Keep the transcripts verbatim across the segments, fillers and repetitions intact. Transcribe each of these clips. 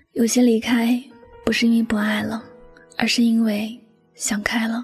有些离开不是因为不爱了，而是因为想开了。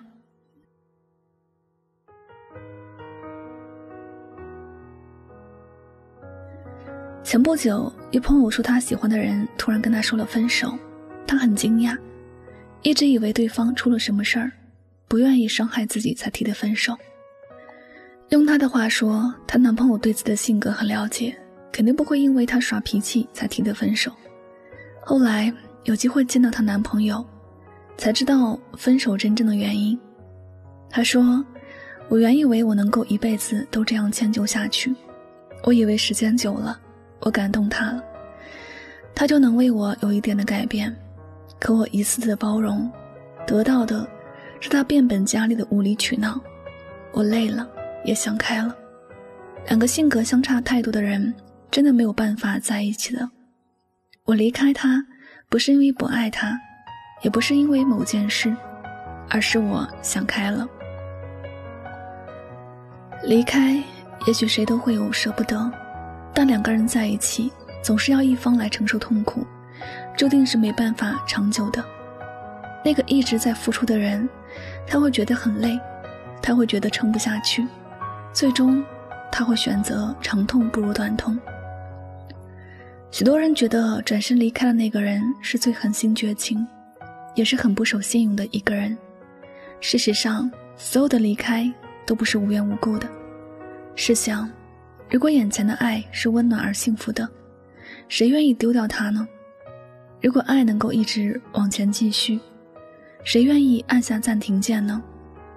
前不久，一朋友说他喜欢的人突然跟他说了分手，他很惊讶，一直以为对方出了什么事儿，不愿意伤害自己才提的分手。用他的话说，她男朋友对自己的性格很了解，肯定不会因为她耍脾气才提的分手。后来有机会见到她男朋友，才知道分手真正的原因。她说，我原以为我能够一辈子都这样迁就下去，我以为时间久了，我感动他了，他就能为我有一点的改变，可我一次次的包容，得到的是他变本加厉的无理取闹。我累了，也想开了。两个性格相差太多的人，真的没有办法在一起的。我离开他，不是因为不爱他，也不是因为某件事，而是我想开了。离开，也许谁都会有舍不得，但两个人在一起，总是要一方来承受痛苦，注定是没办法长久的。那个一直在付出的人，他会觉得很累，他会觉得撑不下去，最终他会选择长痛不如短痛。许多人觉得转身离开的那个人是最狠心绝情，也是很不守信用的一个人。事实上，所有的离开都不是无缘无故的。试想，如果眼前的爱是温暖而幸福的，谁愿意丢掉它呢？如果爱能够一直往前继续，谁愿意按下暂停键呢？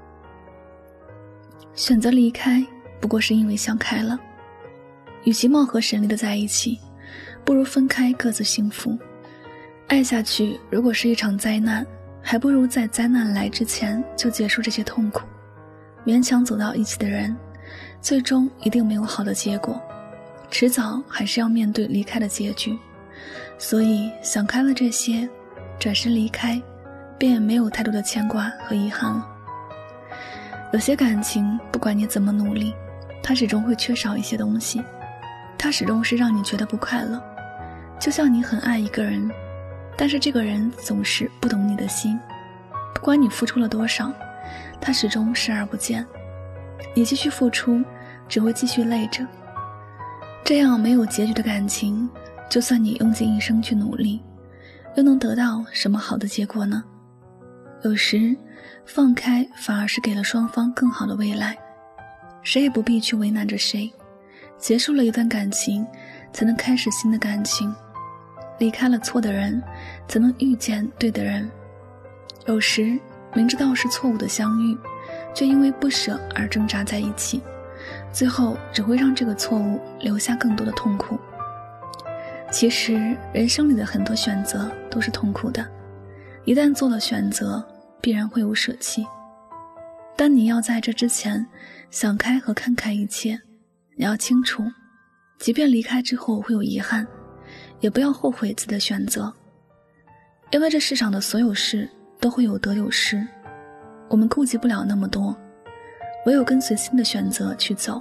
选择离开，不过是因为想开了。与其貌合神离的在一起，不如分开各自幸福。爱下去如果是一场灾难，还不如在灾难来之前就结束这些痛苦。勉强走到一起的人，最终一定没有好的结果，迟早还是要面对离开的结局。所以想开了这些，转身离开，便也没有太多的牵挂和遗憾了。有些感情，不管你怎么努力，它始终会缺少一些东西，它始终是让你觉得不快乐。就像你很爱一个人，但是这个人总是不懂你的心，不管你付出了多少，他始终视而不见。你继续付出，只会继续累着。这样没有结局的感情，就算你用尽一生去努力，又能得到什么好的结果呢？有时放开反而是给了双方更好的未来，谁也不必去为难着谁。结束了一段感情，才能开始新的感情。离开了错的人，才能遇见对的人。有时明知道是错误的相遇，却因为不舍而挣扎在一起，最后只会让这个错误留下更多的痛苦。其实人生里的很多选择都是痛苦的，一旦做了选择，必然会有舍弃。但你要在这之前想开和看开一切，你要清楚，即便离开之后会有遗憾，也不要后悔自己的选择。因为这世上的所有事都会有得有失，我们顾及不了那么多，唯有跟随新的选择去走。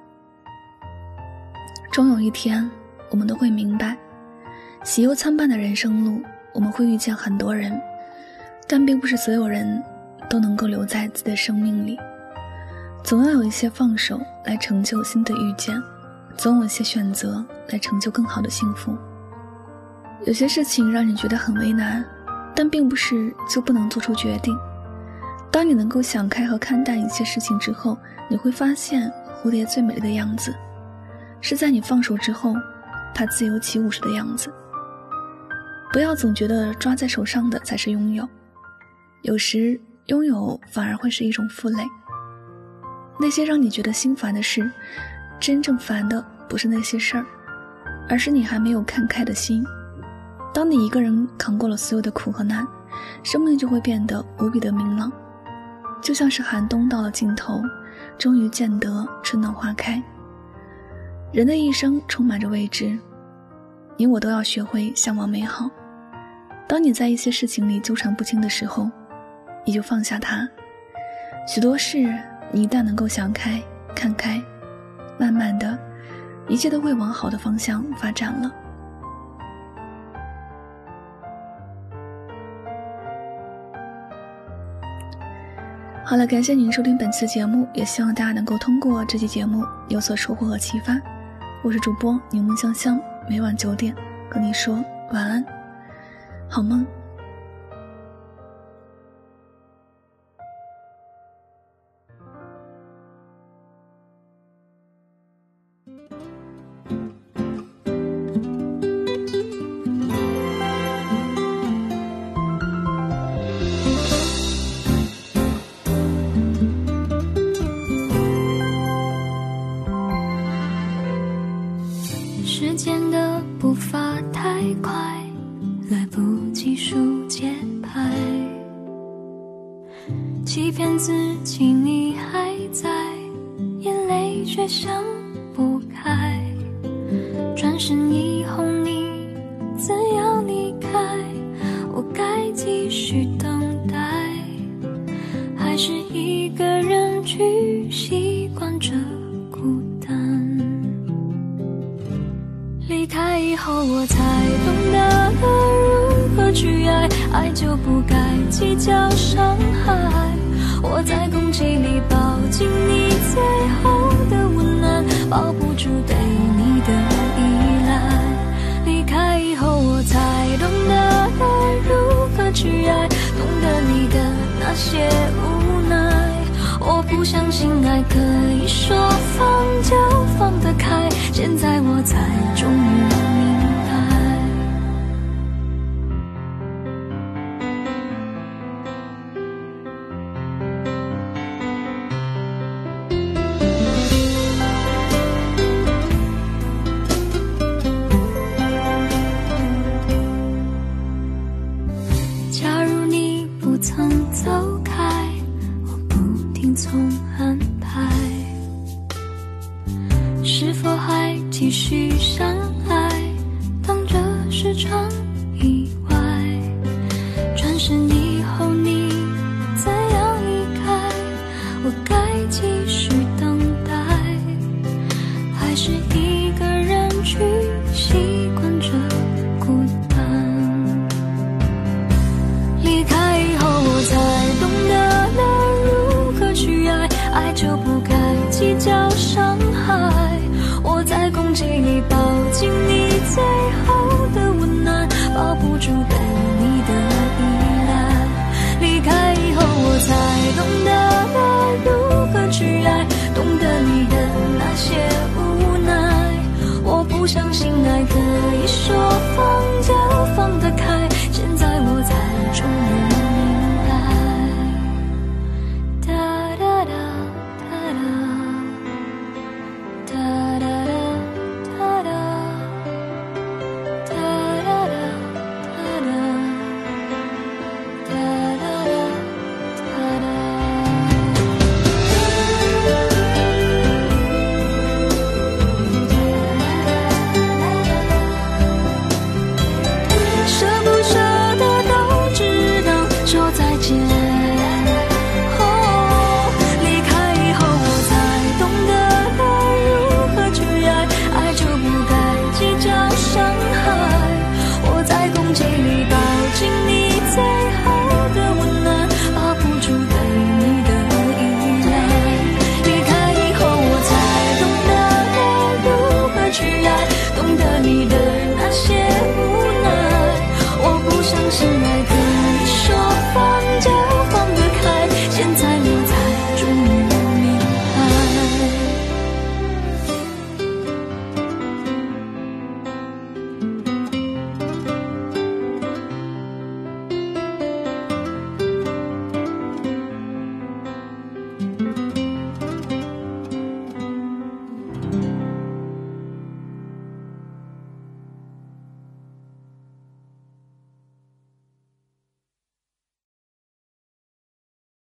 终有一天，我们都会明白，喜忧参半的人生路，我们会遇见很多人，但并不是所有人都能够留在自己的生命里。总要有一些放手来成就新的遇见，总有一些选择来成就更好的幸福。有些事情让你觉得很为难，但并不是就不能做出决定。当你能够想开和看淡一些事情之后，你会发现蝴蝶最美丽的样子，是在你放手之后，它自由起舞时的样子。不要总觉得抓在手上的才是拥有，有时拥有反而会是一种负累。那些让你觉得心烦的事，真正烦的不是那些事儿，而是你还没有看开的心。当你一个人扛过了所有的苦和难，生命就会变得无比的明朗，就像是寒冬到了尽头，终于见得春暖花开。人的一生充满着未知，你我都要学会向往美好。当你在一些事情里纠缠不清的时候，你就放下它。许多事你一旦能够想开看开，慢慢的一切都会往好的方向发展了。 好了，感谢您收听本期节目，也希望大家能够通过这期节目有所收获和启发。我是主播柠檬香香，每晚九点跟你说晚安，好梦。 时间的步伐太快，来不及数节拍，欺骗自己你还在，眼泪却想不开。转身以后你怎样离开，我该继续等待，还是一个人去习惯这孤单。离开以后我才懂得如何去爱，爱就不该计较伤害。我在空气里抱紧你最后的温暖，抱不住对你的依赖。离开以后我才懂得如何去爱，懂得你的那些无奈。我不相信爱可以说放就放得开，现在我才终于明白。假如你不曾走开，我不听从安排，是否还继续相爱，当这是场意外。转身以后你怎样离开，我该继续等待，还是一个人去习惯这孤单。离开以后我才懂得了如何去爱，爱就不该计较伤害。我在空气里抱紧你最后的温暖，抱不住对你的依赖。离开以后我才懂得了如何去爱，懂得你的那些无奈。我不相信